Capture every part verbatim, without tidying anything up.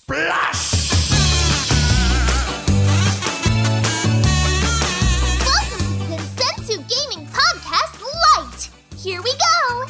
Splash! Welcome to the Sensu Gaming Podcast Lite! Here we go!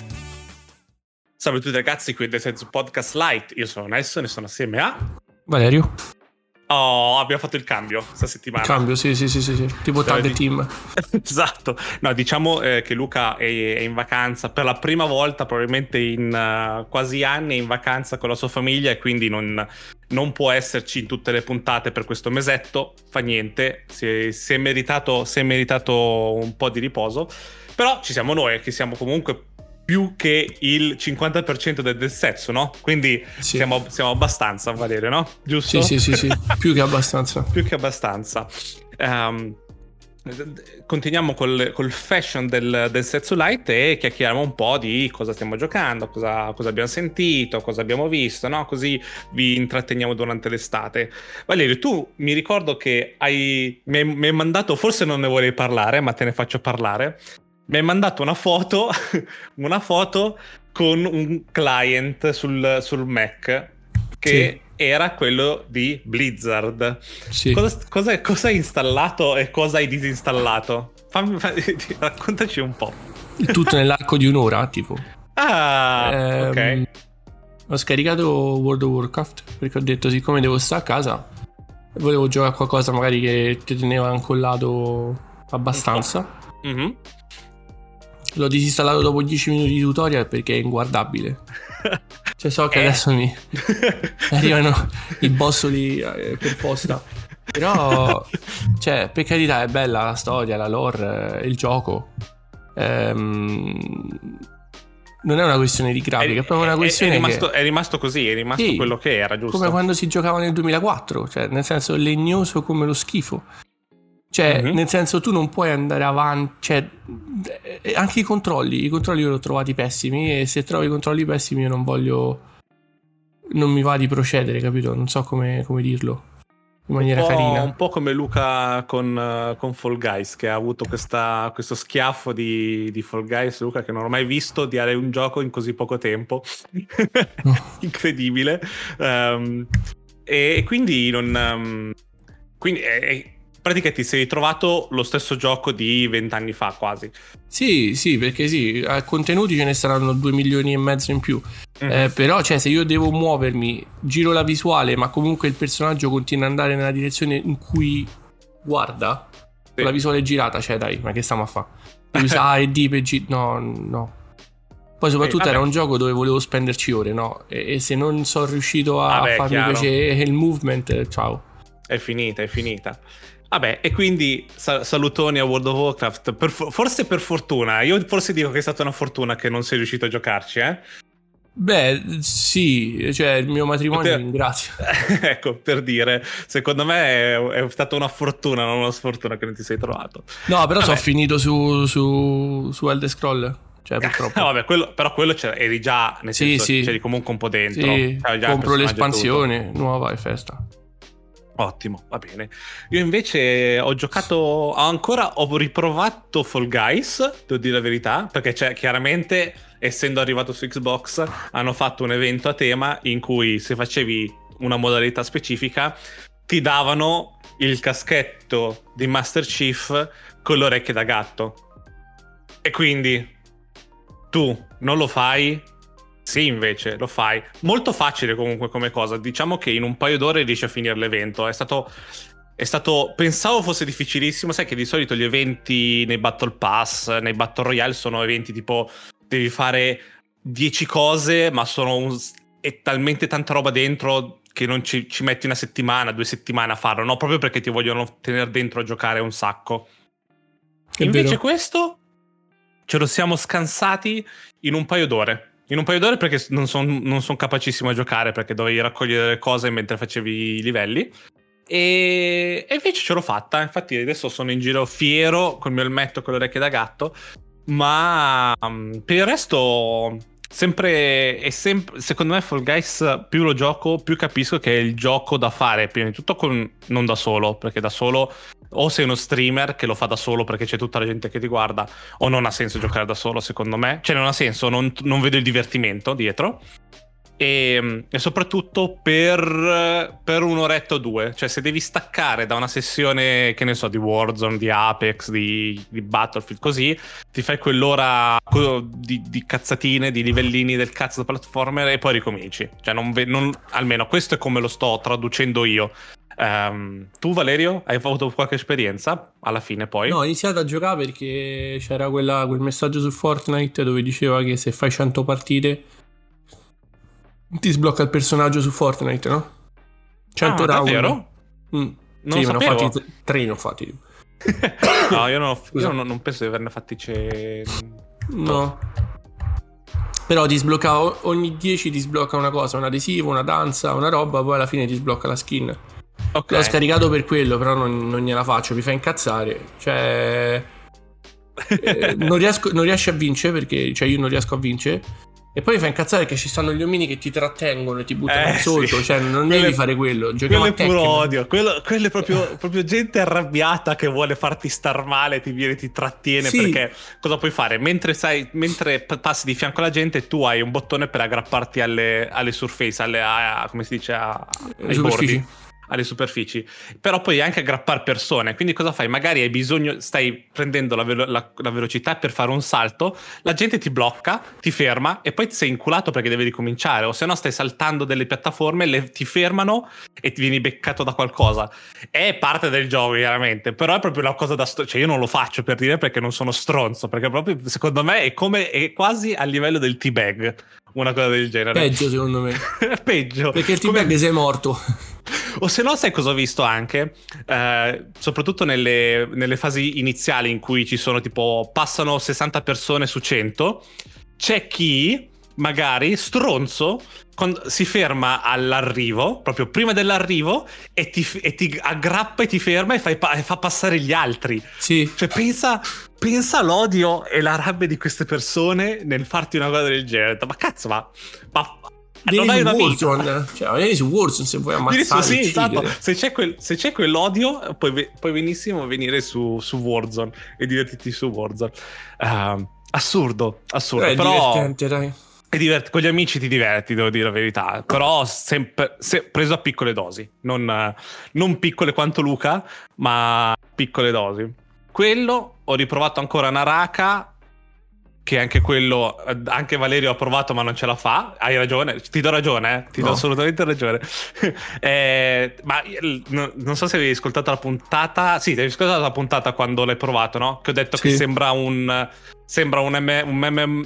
Salve a tutti ragazzi, qui del Sensu Podcast Lite. Io sono Nelson e sono assieme a... Valerio. Oh, abbiamo fatto il cambio questa settimana. Cambio, sì, sì, sì, sì, sì. Tipo tag di... team. Esatto. No, diciamo eh, che Luca è, è in vacanza per la prima volta, probabilmente in uh, quasi anni, è in vacanza con la sua famiglia e quindi non, non può esserci in tutte le puntate per questo mesetto. Fa niente, si è, si è meritato, si è meritato un po' di riposo. Però ci siamo noi, che siamo comunque più che il cinquanta per cento del, del sesso, no? Quindi sì. siamo, siamo abbastanza, Valerio, no? Giusto? Sì, sì, sì, sì. Più che abbastanza. Più che abbastanza. Um, continuiamo col, col fashion del, del Setsu Lite e chiacchieriamo un po' di cosa stiamo giocando, cosa, cosa abbiamo sentito, cosa abbiamo visto, no? Così vi intratteniamo durante l'estate. Valerio, tu mi ricordo che hai mi hai, mi hai mandato, forse non ne volevi parlare, ma te ne faccio parlare. Mi hai mandato una foto, una foto con un client sul, sul Mac che sì. era quello di Blizzard. Sì. Cosa, cosa, cosa hai installato e cosa hai disinstallato? Fammi, fammi, raccontaci un po'. Tutto nell'arco di un'ora, tipo. Ah, ehm, ok. Ho scaricato World of Warcraft perché ho detto, siccome devo stare a casa, volevo giocare a qualcosa magari che ti teneva incollato abbastanza. Mm-hmm. L'ho disinstallato dopo dieci minuti di tutorial perché è inguardabile. Cioè so che eh. adesso mi arrivano i bossoli eh, per posta. Però cioè per carità è bella la storia, la lore, il gioco. Ehm, non è una questione di grafica, è, è proprio una questione è rimasto, che... è rimasto così, è rimasto sì, quello che era, giusto? Come quando si giocava nel duemilaquattro, cioè nel senso legnoso come lo schifo. Cioè, mm-hmm. nel senso, tu non puoi andare avanti. Cioè, anche i controlli. I controlli io li ho trovati pessimi. E se trovo i controlli pessimi, io non voglio. Non mi va di procedere, capito? Non so come, come dirlo in maniera un carina. Un po' come Luca con, uh, con Fall Guys, che ha avuto questa, questo schiaffo di, di Fall Guys. Luca, che non ho mai visto di avere un gioco in così poco tempo. Incredibile. Um, e quindi non. Um, quindi. È, pratica ti sei ritrovato lo stesso gioco di vent'anni fa quasi. Sì, sì, perché sì, a contenuti ce ne saranno due milioni e mezzo in più. Mm-hmm. eh, Però cioè se io devo muovermi, giro la visuale, ma comunque il personaggio continua ad andare nella direzione in cui guarda, sì. La visuale girata, cioè dai, ma che stiamo a fare? Usa A e D per G... No, no. Poi soprattutto eh, era un gioco dove volevo spenderci ore, no? E, e se non sono riuscito a vabbè, farmi piacere il movement, ciao. È finita, è finita. Vabbè, e quindi sal- salutoni a World of Warcraft. Per for- forse per fortuna. Io forse dico che è stata una fortuna che non sei riuscito a giocarci, eh? Beh, sì, cioè il mio matrimonio Poter... ringrazio. Ecco, per dire, secondo me è, è stata una fortuna, non una sfortuna che non ti sei trovato. No, però sono finito su, su, su Elder Scroll. Cioè, purtroppo. No, vabbè, quello, però quello eri già, nel sì, senso, sì. c'eri comunque un po' dentro. Sì, già compro l'espansione nuova e festa. Ottimo, va bene. Io invece ho giocato, ancora ho riprovato Fall Guys, devo dire la verità, perché c'è chiaramente, essendo arrivato su Xbox, hanno fatto un evento a tema in cui se facevi una modalità specifica ti davano il caschetto di Master Chief con le orecchie da gatto. E quindi tu non lo fai? Sì, invece lo fai. Molto facile comunque come cosa. Diciamo che in un paio d'ore riesci a finire l'evento. È stato, è stato, pensavo fosse difficilissimo. Sai che di solito gli eventi nei Battle Pass, nei Battle Royale sono eventi tipo devi fare dieci cose, ma sono un, è talmente tanta roba dentro che non ci, ci metti una settimana, due settimane a farlo, no? Proprio perché ti vogliono tenere dentro a giocare un sacco. È invece vero. Questo ce lo siamo scansati in un paio d'ore. In un paio d'ore perché non sono non son capacissimo a giocare, perché dovevi raccogliere le cose mentre facevi i livelli. E, e invece ce l'ho fatta. Infatti adesso sono in giro fiero col mio elmetto con le orecchie da gatto. Ma um, per il resto sempre è sempre, secondo me Fall Guys più lo gioco più capisco che è il gioco da fare prima di tutto con, non da solo, perché da solo o sei uno streamer che lo fa da solo perché c'è tutta la gente che ti guarda, o non ha senso giocare da solo secondo me, cioè non ha senso, non, non vedo il divertimento dietro. e, e soprattutto per, per un'oretta o due. Cioè se devi staccare da una sessione, che ne so, di Warzone, di Apex, di, di Battlefield, così ti fai quell'ora di, di cazzatine, di livellini del cazzo da platformer e poi ricominci. Cioè non, non, almeno questo è come lo sto traducendo io. Um, tu Valerio hai avuto qualche esperienza alla fine poi? No, ho iniziato a giocare perché c'era quella, quel messaggio su Fortnite dove diceva che se fai cento partite ti sblocca il personaggio su Fortnite, no? cento ah, round. Davvero? Mm. Non sì, me ne ho sapevo. fatti tre, ne ho fatti. No, io, non, io non, non penso di averne fatti ce... No. Però ti sblocca ogni dieci ti sblocca una cosa, un adesivo, una danza, una roba, poi alla fine ti sblocca la skin. Okay. L'ho scaricato per quello, però non, non gliela faccio, mi fa incazzare. Cioè eh, non, riesco, non riesci a vincere perché, cioè io non riesco a vincere. E poi mi fa incazzare che ci stanno gli omini che ti trattengono e ti buttano eh, sotto. sì. Cioè non Quelle, devi fare quello. Giochiamo quello a è puro Tekken. odio. Quello, quello è proprio, proprio gente arrabbiata che vuole farti star male, ti viene, ti trattiene. Sì. Perché cosa puoi fare? Mentre, sai, mentre passi di fianco alla gente, tu hai un bottone per aggrapparti alle, alle surface, alle, a, come si dice, a, ai bordi, alle superfici. Però puoi anche aggrappare persone. Quindi cosa fai? Magari hai bisogno, stai prendendo la, velo- la, la velocità per fare un salto, la gente ti blocca, ti ferma e poi ti sei inculato perché devi ricominciare, o se no stai saltando delle piattaforme, le, ti fermano e ti vieni beccato da qualcosa. È parte del gioco chiaramente, però è proprio una cosa da sto- cioè io non lo faccio per dire perché non sono stronzo, perché proprio secondo me è come è quasi a livello del teabag, una cosa del genere. Peggio secondo me. Peggio perché il teabag come... sei morto. O se no, sai cosa ho visto anche? Eh, soprattutto nelle, nelle fasi iniziali in cui ci sono tipo passano sessanta persone su cento, c'è chi magari stronzo quando si ferma all'arrivo, proprio prima dell'arrivo, e ti, e ti aggrappa e ti ferma e, fai, e fa passare gli altri. Sì. Cioè pensa, pensa all'odio e la rabbia di queste persone nel farti una cosa del genere. Ma cazzo, ma... ma Vieni non hai su una Warzone, cioè vieni su Warzone se vuoi ammazzare. Sì, esatto. Se c'è, quel, se c'è quell'odio, puoi, puoi benissimo venire su, su Warzone e divertirti su Warzone. Uh, assurdo, assurdo. È però divertente, dai. È divert- con gli amici ti diverti, devo dire la verità. Però sempre se, preso a piccole dosi, non, non piccole quanto Luca, ma piccole dosi. Quello ho riprovato ancora Naraka, che anche quello, anche Valerio ha provato ma non ce la fa. Hai ragione, ti do ragione, eh? ti no. do assolutamente ragione. eh, ma no, non so se avevi ascoltato la puntata. Sì, ti avevi ascoltato la puntata quando l'hai provato, no? Che ho detto sì. che sembra un sembra un, M- un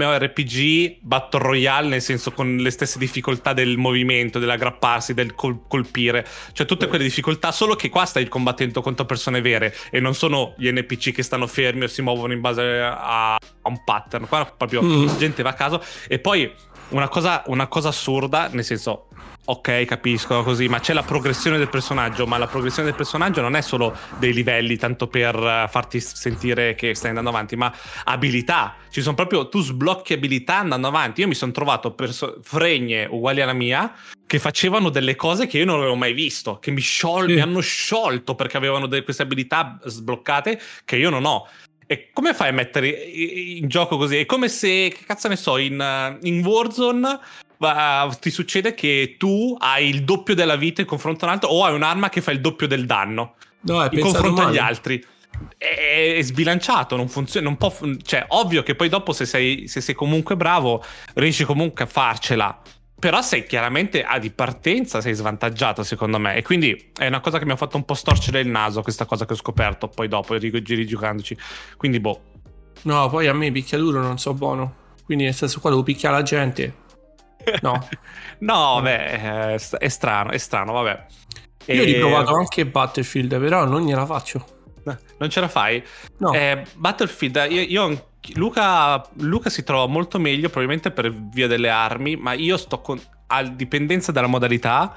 MMORPG Battle Royale, nel senso con le stesse difficoltà del movimento, dell'aggrapparsi, del col- colpire, cioè tutte quelle difficoltà, solo che qua stai combattendo contro persone vere e non sono gli N P C che stanno fermi o si muovono in base a, a un pattern. Qua proprio mm. gente va a caso. E poi una cosa, una cosa assurda, nel senso, ok, capisco così, ma c'è la progressione del personaggio, ma la progressione del personaggio non è solo dei livelli, tanto per farti sentire che stai andando avanti, ma abilità. Ci sono proprio, tu sblocchi abilità andando avanti. Io mi sono trovato perso- fregne uguali alla mia che facevano delle cose che io non avevo mai visto, che mi, sciol- sì. mi hanno sciolto perché avevano de- queste abilità sbloccate che io non ho. E come fai a mettere in gioco così? È come se, che cazzo ne so, in, in Warzone uh, ti succede che tu hai il doppio della vita in confronto a un altro, o hai un'arma che fa il doppio del danno no, in confronto male. agli altri. È, è sbilanciato, non funziona, non può, cioè ovvio che poi dopo se sei, se sei comunque bravo riesci comunque a farcela. Però sei chiaramente a di partenza sei svantaggiato secondo me, e quindi è una cosa che mi ha fatto un po' storcere il naso, questa cosa che ho scoperto poi dopo rigiocandoci. Quindi boh. No, poi a me picchiaduro non so buono, quindi nel senso qua devo picchiare la gente. No. no, beh, è strano, è strano, vabbè. Io ho e... riprovato anche Battlefield, però non gliela faccio. Non ce la fai? No. Eh, Battlefield, io, io Luca, Luca si trova molto meglio probabilmente per via delle armi, ma io sto con, a dipendenza dalla modalità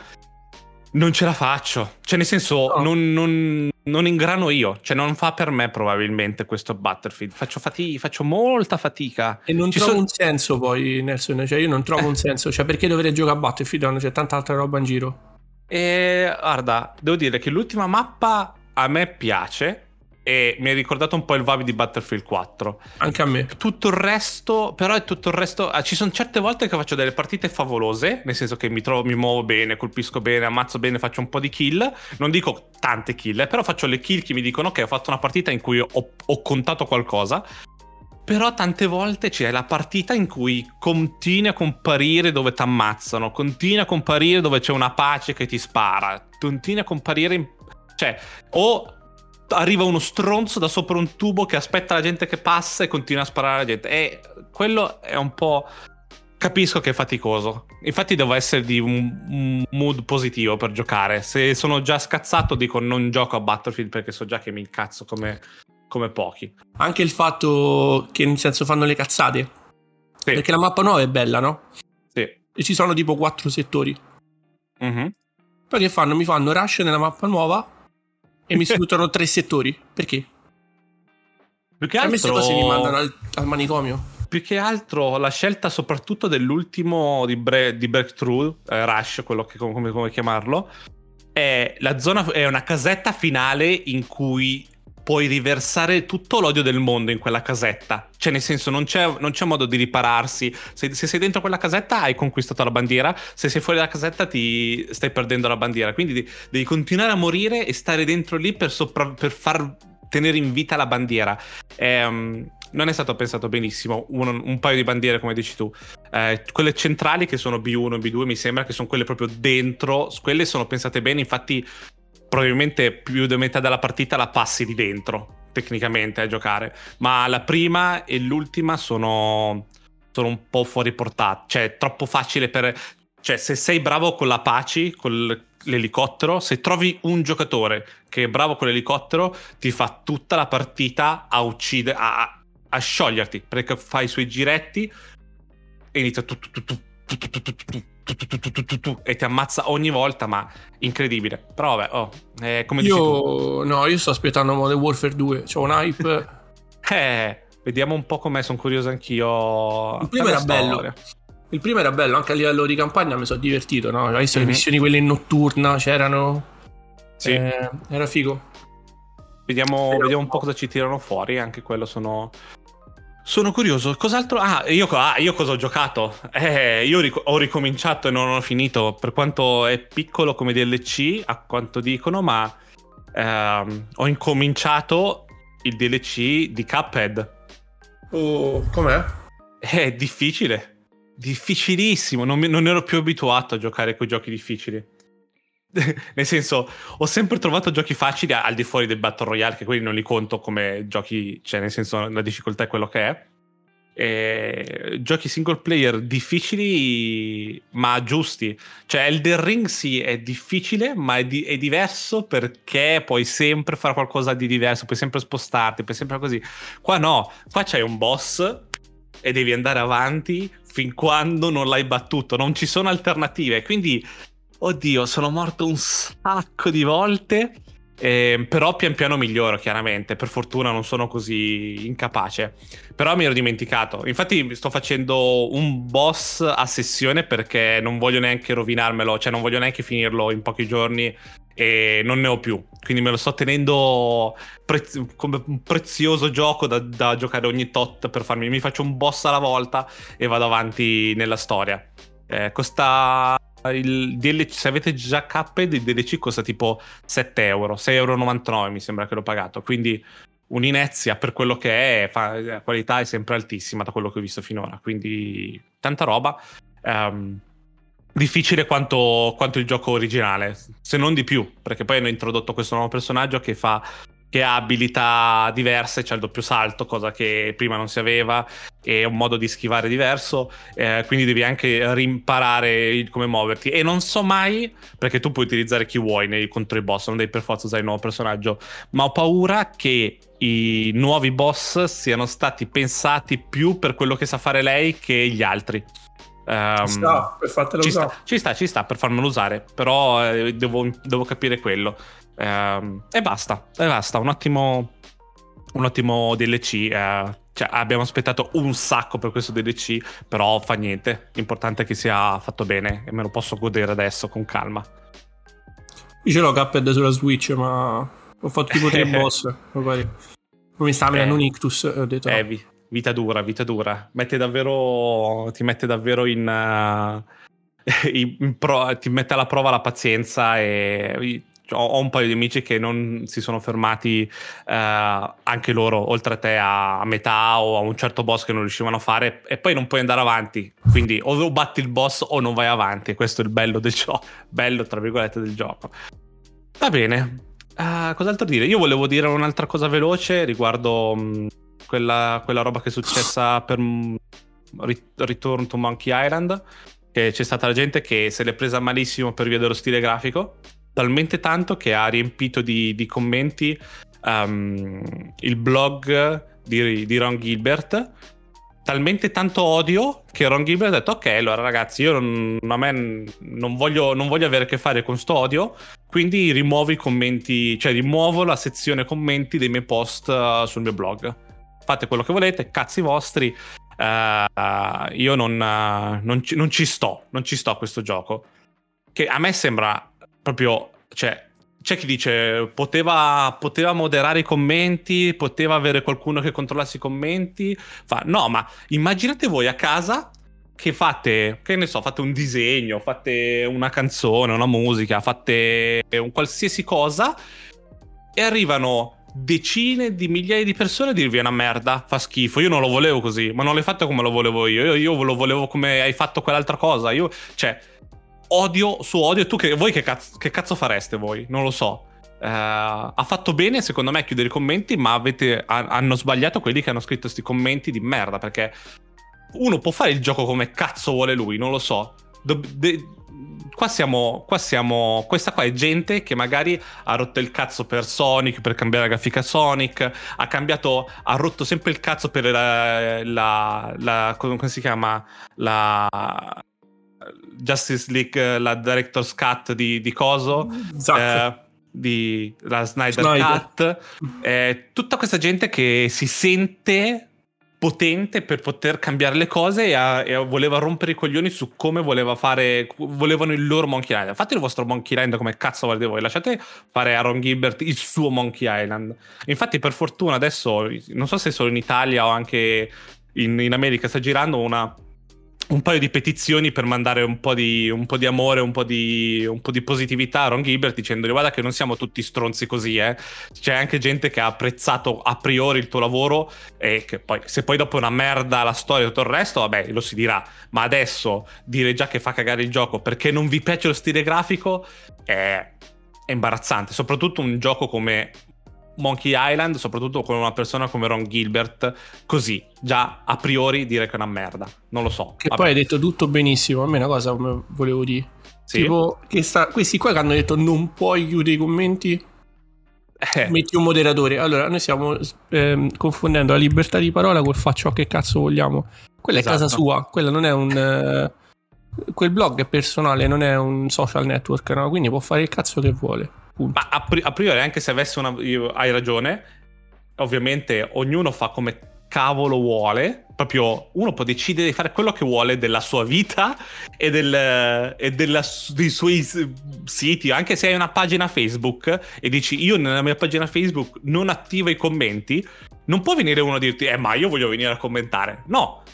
non ce la faccio, cioè nel senso no. non, non, non ingrano io, cioè non fa per me probabilmente questo Battlefield, faccio fatica, faccio molta fatica e non Ci trovo so... un senso poi Nelson, cioè io non trovo un senso, cioè perché dovrei giocare a Battlefield quando c'è tanta altra roba in giro? E guarda, devo dire che l'ultima mappa a me piace, e mi ha ricordato un po' il vibe di Battlefield quattro. Anche a me. Tutto il resto, però è tutto il resto. Ah, ci sono certe volte che faccio delle partite favolose, nel senso che mi trovo, mi muovo bene, colpisco bene, ammazzo bene, faccio un po' di kill. Non dico tante kill, eh, però faccio le kill che mi dicono ok, ho fatto una partita in cui ho, ho contato qualcosa. Però tante volte c'è la partita in cui continui a comparire dove ti ammazzano, continui a comparire dove c'è una pace che ti spara, continui a comparire in... cioè o arriva uno stronzo da sopra un tubo che aspetta la gente che passa e continua a sparare alla gente, e quello è un po'... capisco che è faticoso, infatti devo essere di un, un mood positivo per giocare. Se sono già scazzato dico non gioco a Battlefield perché so già che mi incazzo come, come pochi. Anche il fatto che nel senso fanno le cazzate, Sì. Perché la mappa nuova è bella, no? Sì. E ci sono tipo quattro settori. Mm-hmm. Poi che fanno? Mi fanno rush nella mappa nuova e mi sfruttano tre settori. Perché? Più che A me queste altro... cose mi mandano al, al manicomio. Più che altro la scelta soprattutto dell'ultimo di, Bre- di Breakthrough, eh, Rush, quello che come, come chiamarlo, è la zona, è una casetta finale in cui puoi riversare tutto l'odio del mondo in quella casetta. Cioè, nel senso, non c'è, non c'è modo di ripararsi. Se, se sei dentro quella casetta hai conquistato la bandiera, se sei fuori dalla casetta ti stai perdendo la bandiera. Quindi devi, devi continuare a morire e stare dentro lì per, sopra, per far tenere in vita la bandiera. Ehm, non è stato pensato benissimo. Un, un paio di bandiere, come dici tu. Eh, quelle centrali che sono B uno e B due, mi sembra che sono quelle proprio dentro. Quelle sono pensate bene, infatti... probabilmente più di metà della partita la passi di dentro, tecnicamente, a giocare. Ma la prima e l'ultima sono, sono un po' fuori portata. Cioè, è troppo facile per... Cioè, se sei bravo con l'Apache, con l'elicottero, se trovi un giocatore che è bravo con l'elicottero, ti fa tutta la partita a uccidere, a, a scioglierti, perché fai i suoi giretti e inizia tu, tu, tu, tu, tu, tu, tu, tu, tu. Tu, tu, tu, tu, tu, tu, tu, e ti ammazza ogni volta, ma incredibile. Però vabbè, oh, eh, come dici tu. Io no, io sto aspettando Modern Warfare due, c'ho un hype. eh, vediamo un po' com'è, sono curioso anch'io. Il primo era bello. Il primo era bello, anche a livello di campagna mi sono divertito, no? Hai visto mm-hmm. le missioni quelle in notturna, c'erano. Sì. Eh, era figo. Vediamo, vediamo un po' cosa ci tirano fuori, anche quello sono Sono curioso, cos'altro... Ah, io, ah, io cosa ho giocato? Eh, io ric- ho ricominciato e non ho finito, per quanto è piccolo come D L C, a quanto dicono, ma ehm, ho incominciato il D L C di Cuphead. Oh, com'è? È difficile, difficilissimo, non, mi, non ero più abituato a giocare con giochi difficili. Nel senso, ho sempre trovato giochi facili al di fuori del Battle Royale, che quelli non li conto come giochi, cioè nel senso la difficoltà è quello che è. E giochi single player difficili ma giusti. Cioè Elden Ring sì è difficile, ma è, di- è diverso perché puoi sempre fare qualcosa di diverso, puoi sempre spostarti, puoi sempre così. Qua no, qua c'hai un boss e devi andare avanti fin quando non l'hai battuto, non ci sono alternative, quindi oddio, sono morto un sacco di volte, eh, però pian piano miglioro, chiaramente. Per fortuna non sono così incapace. Però mi ero dimenticato. Infatti sto facendo un boss a sessione perché non voglio neanche rovinarmelo, cioè non voglio neanche finirlo in pochi giorni e non ne ho più. Quindi me lo sto tenendo prez- come un prezioso gioco da, da giocare ogni tot per farmi... Mi faccio un boss alla volta e vado avanti nella storia. Eh, costa... Il D L C, se avete già Cuphead, il D L C costa tipo sette euro, sei e novantanove euro mi sembra che l'ho pagato, quindi un'inezia per quello che è, fa, la qualità è sempre altissima da quello che ho visto finora, quindi tanta roba. Um, difficile quanto, quanto il gioco originale, se non di più, perché poi hanno introdotto questo nuovo personaggio che fa che ha abilità diverse, c'è il doppio salto, cosa che prima non si aveva, e un modo di schivare diverso, eh, quindi devi anche rimparare come muoverti. E non so mai, perché tu puoi utilizzare chi vuoi nei, contro i boss, non devi per forza usare il nuovo personaggio, ma ho paura che i nuovi boss siano stati pensati più per quello che sa fare lei che gli altri. Um, ci sta, per fartelo ci usare. Sta, ci sta, ci sta per farmelo usare, però eh, devo, devo capire quello. Um, e basta, e basta, un ottimo un ottimo D L C, eh, cioè, abbiamo aspettato un sacco per questo D L C, però fa niente, l'importante è che sia fatto bene e me lo posso godere adesso con calma. Io ce l'ho Cuphead sulla Switch, ma Ho fatto tipo tre boss. Come stamina, eh, non ictus. Ho detto, eh, no. vi- vita dura, vita dura. Mette davvero, ti mette davvero in, uh, in, in pro, ti mette alla prova la pazienza. E ho, ho un paio di amici che non si sono fermati, uh, anche loro, oltre a te, a, a metà o a un certo boss che non riuscivano a fare, e poi non puoi andare avanti. Quindi o batti il boss o non vai avanti. Questo è il bello del gioco, bello tra virgolette del gioco. Va bene. Uh, cos'altro dire? Io volevo dire un'altra cosa veloce riguardo mh, quella, quella roba che è successa per mh, Return to Monkey Island, che c'è stata la gente che se l'è presa malissimo per via dello stile grafico, talmente tanto che ha riempito di, di commenti um, il blog di, di Ron Gilbert. Talmente tanto odio che Ron Gilbert ha detto: ok, allora ragazzi, io non, a me non voglio, non voglio avere a che fare con sto odio, quindi rimuovo i commenti, cioè rimuovo la sezione commenti dei miei post uh, sul mio blog. Fate quello che volete, cazzi vostri. Uh, io non, uh, non, ci, non ci sto, non ci sto a questo gioco. Che a me sembra proprio, cioè, c'è chi dice poteva, poteva moderare i commenti, poteva avere qualcuno che controllasse i commenti. Fa, no, ma immaginate voi a casa che fate, che ne so, fate un disegno, fate una canzone, una musica, fate un qualsiasi cosa e arrivano decine di migliaia di persone a dirvi è una merda, fa schifo, io non lo volevo così, ma non l'hai fatto come lo volevo io, io, io lo volevo come hai fatto quell'altra cosa, io, cioè... odio su odio. Tu che, voi che cazzo, che cazzo fareste voi? Non lo so. Uh, ha fatto bene secondo me a chiudere i commenti, ma avete, ha, hanno sbagliato quelli che hanno scritto questi commenti di merda, perché uno può fare il gioco come cazzo vuole lui, non lo so. Do, de, qua siamo, qua siamo, questa qua è gente che magari ha rotto il cazzo per Sonic, per cambiare la grafica Sonic, ha cambiato, ha rotto sempre il cazzo per la, la, la come si chiama, la Justice League, la Director's Cut di, di coso, eh, di la Snyder, Snyder. Cut, eh, tutta questa gente che si sente potente per poter cambiare le cose e, a, e a, voleva rompere i coglioni su come voleva fare, volevano il loro Monkey Island. Fate il vostro Monkey Island come cazzo volete voi, lasciate fare a Ron Gilbert il suo Monkey Island. Infatti per fortuna adesso, non so se solo in Italia o anche in, in America, sta girando una un paio di petizioni per mandare un po' di, un po' di amore, un po' di, un po' di positività a Ron Gilbert, dicendogli guarda che non siamo tutti stronzi così, eh. C'è anche gente che ha apprezzato a priori il tuo lavoro e che poi, se poi dopo è una merda la storia e tutto il resto, vabbè, lo si dirà. Ma adesso dire già che fa cagare il gioco perché non vi piace lo stile grafico è, è imbarazzante, soprattutto un gioco come Monkey Island, soprattutto con una persona come Ron Gilbert, così già a priori dire che è una merda, non lo so. Che vabbè. Poi hai detto tutto benissimo. A me una cosa come volevo dire, sì? Tipo che sta, questi qua che hanno detto non puoi chiudere i commenti, eh. metti un moderatore. Allora noi stiamo eh, confondendo la libertà di parola col fa ciò che cazzo vogliamo. Quella esatto. È casa sua, quella non è un eh, quel blog è personale, non è un social network, no? Quindi può fare il cazzo che vuole. Punto. Ma a, pri- a priori, anche se avesse una, io, hai ragione, ovviamente ognuno fa come cavolo vuole, proprio uno può decidere di fare quello che vuole della sua vita e, del, e della, dei suoi siti, anche se hai una pagina Facebook e dici io nella mia pagina Facebook non attivo i commenti, non può venire uno a dirti eh ma io voglio venire a commentare, no.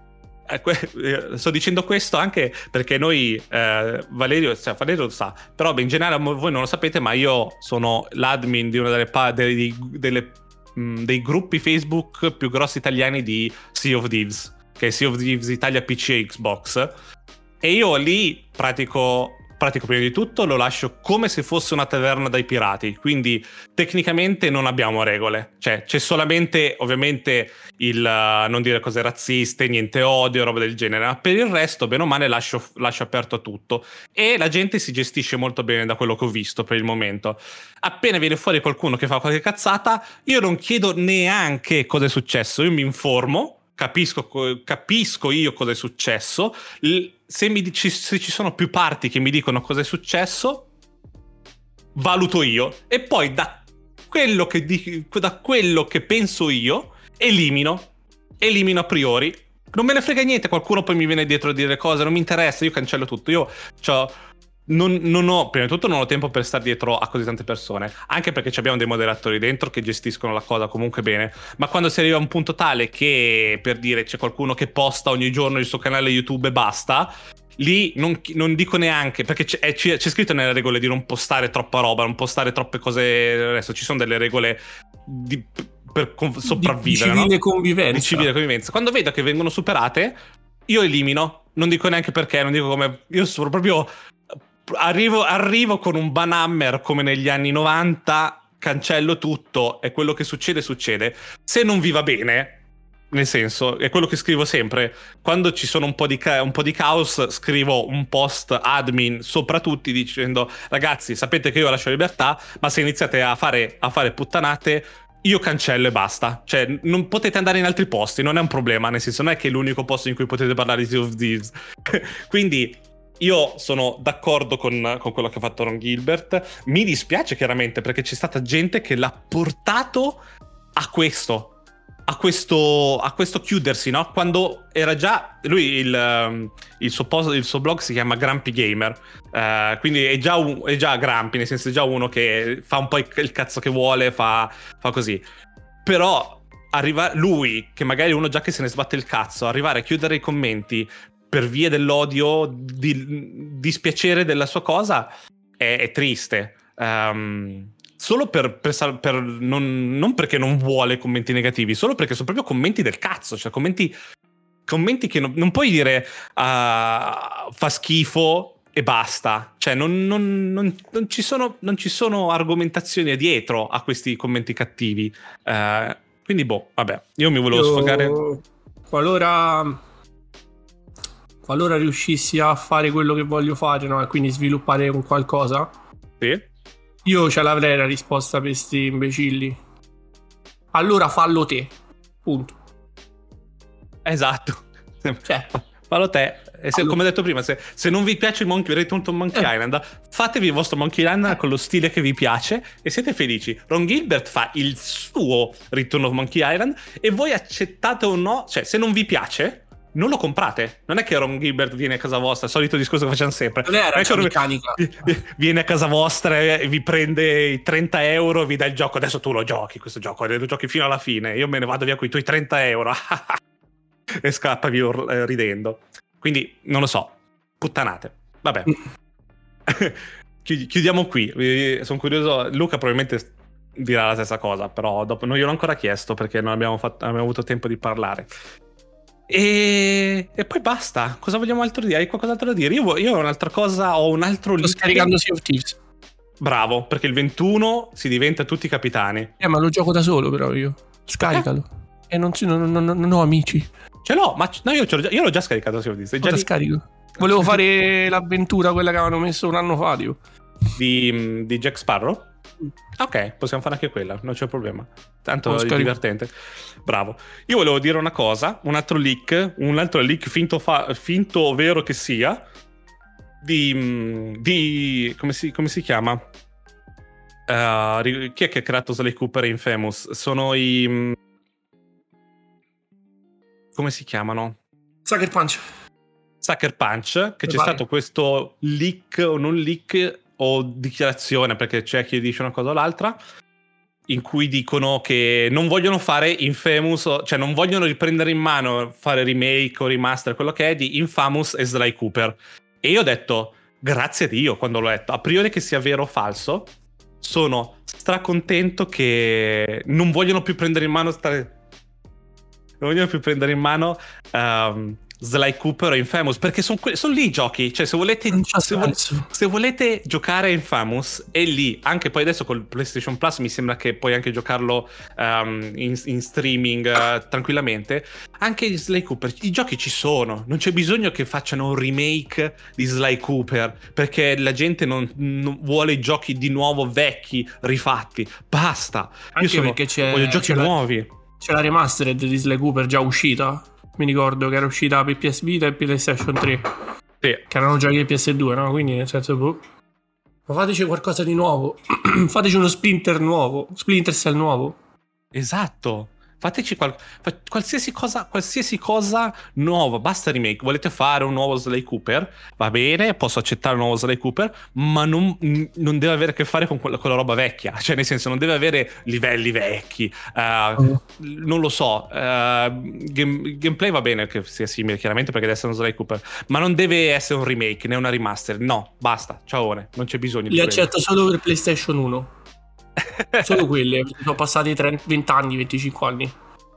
Sto dicendo questo anche perché noi eh, Valerio, cioè Valerio lo sa, però beh, in generale voi non lo sapete, ma io sono l'admin di una delle, pa- delle, delle mh, dei gruppi Facebook più grossi italiani di Sea of Thieves, che è Sea of Thieves Italia P C e Xbox, e io lì pratico pratico prima di tutto lo lascio come se fosse una taverna dai pirati, quindi tecnicamente non abbiamo regole, cioè c'è solamente ovviamente il uh, non dire cose razziste, niente odio, roba del genere, ma per il resto bene o male lascio, lascio aperto a tutto e la gente si gestisce molto bene da quello che ho visto per il momento. Appena viene fuori qualcuno che fa qualche cazzata io non chiedo neanche cosa è successo, io mi informo, capisco, capisco io cosa è successo, se, mi dici, se ci sono più parti che mi dicono cosa è successo valuto io e poi da quello che, di, da quello che penso io elimino elimino a priori, non me ne frega niente, qualcuno poi mi viene dietro a dire cose, non mi interessa, io cancello tutto, io c'ho non, non ho, prima di tutto non ho tempo per stare dietro a così tante persone, anche perché ci abbiamo dei moderatori dentro che gestiscono la cosa comunque bene, ma quando si arriva a un punto tale che, per dire, c'è qualcuno che posta ogni giorno il suo canale YouTube e basta, lì non, non dico neanche, perché c'è, c'è scritto nelle regole di non postare troppa roba, non postare troppe cose, adesso ci sono delle regole di, per con, sopravvivere, di civile no? convivenza. Di civile convivenza. Quando vedo che vengono superate, io elimino, non dico neanche perché, non dico come, io sono proprio... Arrivo, arrivo con un banhammer come negli anni novanta, cancello tutto e quello che succede succede. Se non vi va bene, nel senso, è quello che scrivo sempre, quando ci sono un po' di, ca- un po' di caos, scrivo un post admin sopra tutti dicendo ragazzi, sapete che io lascio libertà, ma se iniziate a fare, a fare puttanate io cancello e basta. Cioè non potete andare in altri posti, non è un problema, nel senso non è che è l'unico posto in cui potete parlare di Sea of Thieves. Quindi io sono d'accordo con, con quello che ha fatto Ron Gilbert. Mi dispiace chiaramente perché c'è stata gente che l'ha portato a questo, a questo, a questo chiudersi, no? Quando era già lui il, il, suo, post, il suo blog si chiama Grumpy Gamer, uh, quindi è già, un, è già Grumpy, nel senso è già uno che fa un po' il, il cazzo che vuole, fa, fa così. Però arriva lui, che magari uno già che se ne sbatte il cazzo, arrivare a chiudere i commenti per via dell'odio, di dispiacere della sua cosa, è, è triste. Um, solo per, per, per non, non perché non vuole commenti negativi, solo perché sono proprio commenti del cazzo, cioè commenti, commenti che non, non puoi dire uh, fa schifo e basta. Cioè non, non, non, non, ci sono, non ci sono argomentazioni dietro a questi commenti cattivi. Uh, quindi boh, vabbè, io mi volevo io, sfogare. Qualora... Qualora riuscissi a fare quello che voglio fare, no? E quindi sviluppare un qualcosa, sì, io ce l'avrei la risposta per questi imbecilli. Allora fallo te, punto. Esatto, cioè, fallo te. E se, come detto prima, se, se non vi piace il Monkey, Return to Monkey eh. Island, fatevi il vostro Monkey Island eh. con lo stile che vi piace e siete felici. Ron Gilbert fa il suo Return of Monkey Island e voi accettate o no, cioè se non vi piace non lo comprate. Non è che Ron Gilbert viene a casa vostra, solito discorso che facciamo sempre. Non è ragione meccanica. Viene a casa vostra e vi prende i trenta euro e vi dà il gioco. Adesso tu lo giochi questo gioco, lo giochi fino alla fine. Io me ne vado via con i tuoi trenta euro e scappa via eh, ridendo. Quindi non lo so, puttanate. Vabbè. Chiudiamo qui. Sono curioso. Luca probabilmente dirà la stessa cosa, però dopo non gliel'ho ancora chiesto perché non abbiamo, fatto, non abbiamo avuto tempo di parlare. E... e poi basta. Cosa vogliamo altro dire? Hai qualcos'altro da dire? Io, io ho un'altra cosa, ho un altro Sto leak. scaricando Sea of Thieves. Bravo, perché il ventuno si diventa tutti capitani. Eh, ma lo gioco da solo però io. Scaricalo. Eh? E non, non, non, non ho amici. Ce l'ho, ma no, io, ce l'ho già, io l'ho già scaricato Sea of Thieves. Già scarico. Volevo fare l'avventura, quella che avevano messo un anno fa, tipo. Di, di Jack Sparrow? Ok, possiamo fare anche quella, non c'è problema. Tanto è divertente. Bravo. Io volevo dire una cosa, un altro leak, un altro leak finto, fa, finto vero che sia, di... di come, si, come si chiama? Uh, chi è che ha creato Sly Cooper e Infamous? Sono i... come si chiamano? Sucker Punch. Sucker Punch, che e c'è vai. stato questo leak o non leak o dichiarazione, perché c'è chi dice una cosa o l'altra, in cui dicono che non vogliono fare Infamous, cioè non vogliono riprendere in mano, fare remake o remaster, quello che è, di Infamous e Sly Cooper. E io ho detto, grazie a Dio, quando l'ho letto, a priori che sia vero o falso, sono stracontento che non vogliono più prendere in mano stare... non vogliono più prendere in mano um, Sly Cooper o Infamous, perché sono que- son lì i giochi, cioè se volete, se, vo- se volete giocare a Infamous è lì, anche poi adesso col PlayStation Plus mi sembra che puoi anche giocarlo um, in, in streaming uh, tranquillamente, anche Sly Cooper, i giochi ci sono, non c'è bisogno che facciano un remake di Sly Cooper, perché la gente non, non vuole i giochi di nuovo vecchi, rifatti, basta, anche io sono, perché c'è, voglio giochi c'è nuovi la, c'è la remastered di Sly Cooper già uscita. Mi ricordo che era uscita per P S Vita e PlayStation tre, sì. Che erano giochi di P S due, no? Quindi nel senso, boh. Ma fateci qualcosa di nuovo. Fateci uno Splinter nuovo, Splinter Cell nuovo. Esatto, Fateci qual- fa- qualsiasi cosa, qualsiasi cosa nuova, basta remake. Volete fare un nuovo Sly Cooper? Va bene, posso accettare un nuovo Sly Cooper, ma non, non deve avere a che fare con quella, con la roba vecchia. Cioè, nel senso, non deve avere livelli vecchi. Uh, mm. Non lo so. Uh, game, gameplay va bene che sia simile, chiaramente, perché deve essere uno Sly Cooper, ma non deve essere un remake né una remaster. No, basta. Ciaone, non c'è bisogno di li accetto solo per PlayStation uno. Solo quelle, sono passati trenta, venti anni, venticinque anni.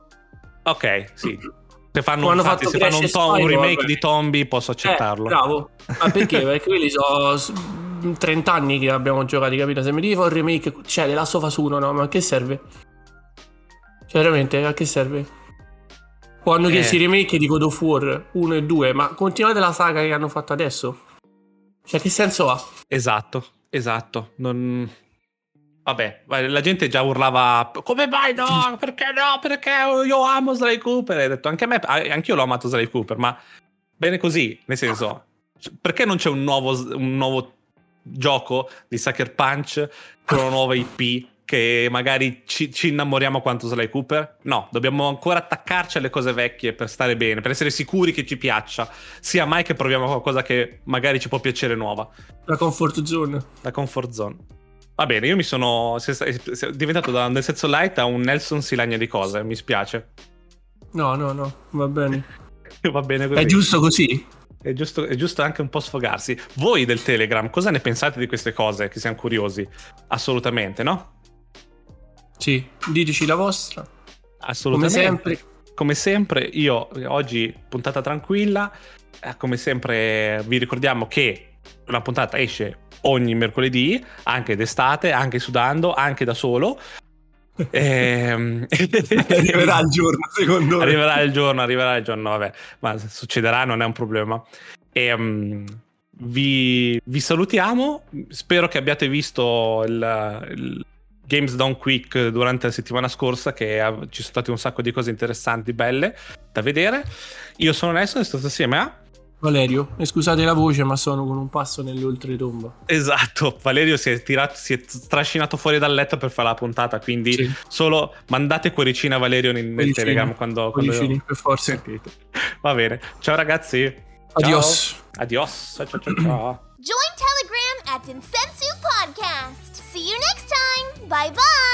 Ok, sì. Se fanno, infatti, se fanno un, tom, un remake vabbè. di Tombi posso accettarlo. Eh, bravo. Ma perché? Perché quelli sono trenta anni che abbiamo giocato, capito? Se mi devi fare un remake, cioè The Last of Us uno, no? Ma a che serve? Cioè veramente, a che serve? O hanno eh. chiesto i remake di God of War uno e due, ma continuate la saga che hanno fatto adesso. Cioè che senso ha? Esatto, esatto. Non... Vabbè, la gente già urlava come mai no, perché no, perché io amo Sly Cooper. E ho detto anche a me, anche io l'ho amato Sly Cooper, ma bene così, nel senso, perché non c'è un nuovo, un nuovo gioco di Sucker Punch con una nuova I P che magari ci, ci innamoriamo quanto Sly Cooper? No, dobbiamo ancora attaccarci alle cose vecchie per stare bene, per essere sicuri che ci piaccia, sia mai che proviamo qualcosa che magari ci può piacere nuova. La comfort zone. La comfort zone. Va bene, io mi sono è diventato da un Densetsu Light a un Nelson Silagna di cose, mi spiace. No, no, no, va bene. Va bene così. È giusto così. È giusto, è giusto anche un po' sfogarsi. Voi del Telegram, cosa ne pensate di queste cose? Che siamo curiosi. Assolutamente, no? Sì, diteci la vostra. Assolutamente. Come sempre. Come sempre, io oggi puntata tranquilla. Eh, come sempre vi ricordiamo che una puntata esce ogni mercoledì, anche d'estate, anche sudando, anche da solo. E... arriverà il giorno, secondo me. Arriverà il giorno, arriverà il giorno, vabbè, ma succederà, non è un problema. E um, vi, vi salutiamo. Spero che abbiate visto il, il Games Done Quick durante la settimana scorsa, che ha, ci sono state un sacco di cose interessanti, belle da vedere. Io sono Nelson e sto assieme a Valerio, e scusate la voce, ma sono con un passo nell'oltretomba. Esatto, Valerio si è tirato, si è strascinato fuori dal letto per fare la puntata, quindi sì. Solo mandate cuoricina a Valerio nel, nel Telegram quando, cuoricini, quando per forza. Sentite. Va bene, ciao ragazzi. Adios. Ciao. Adios. Ciao, ciao, ciao, ciao. Join Telegram at Densetsu Podcast. See you next time. Bye bye.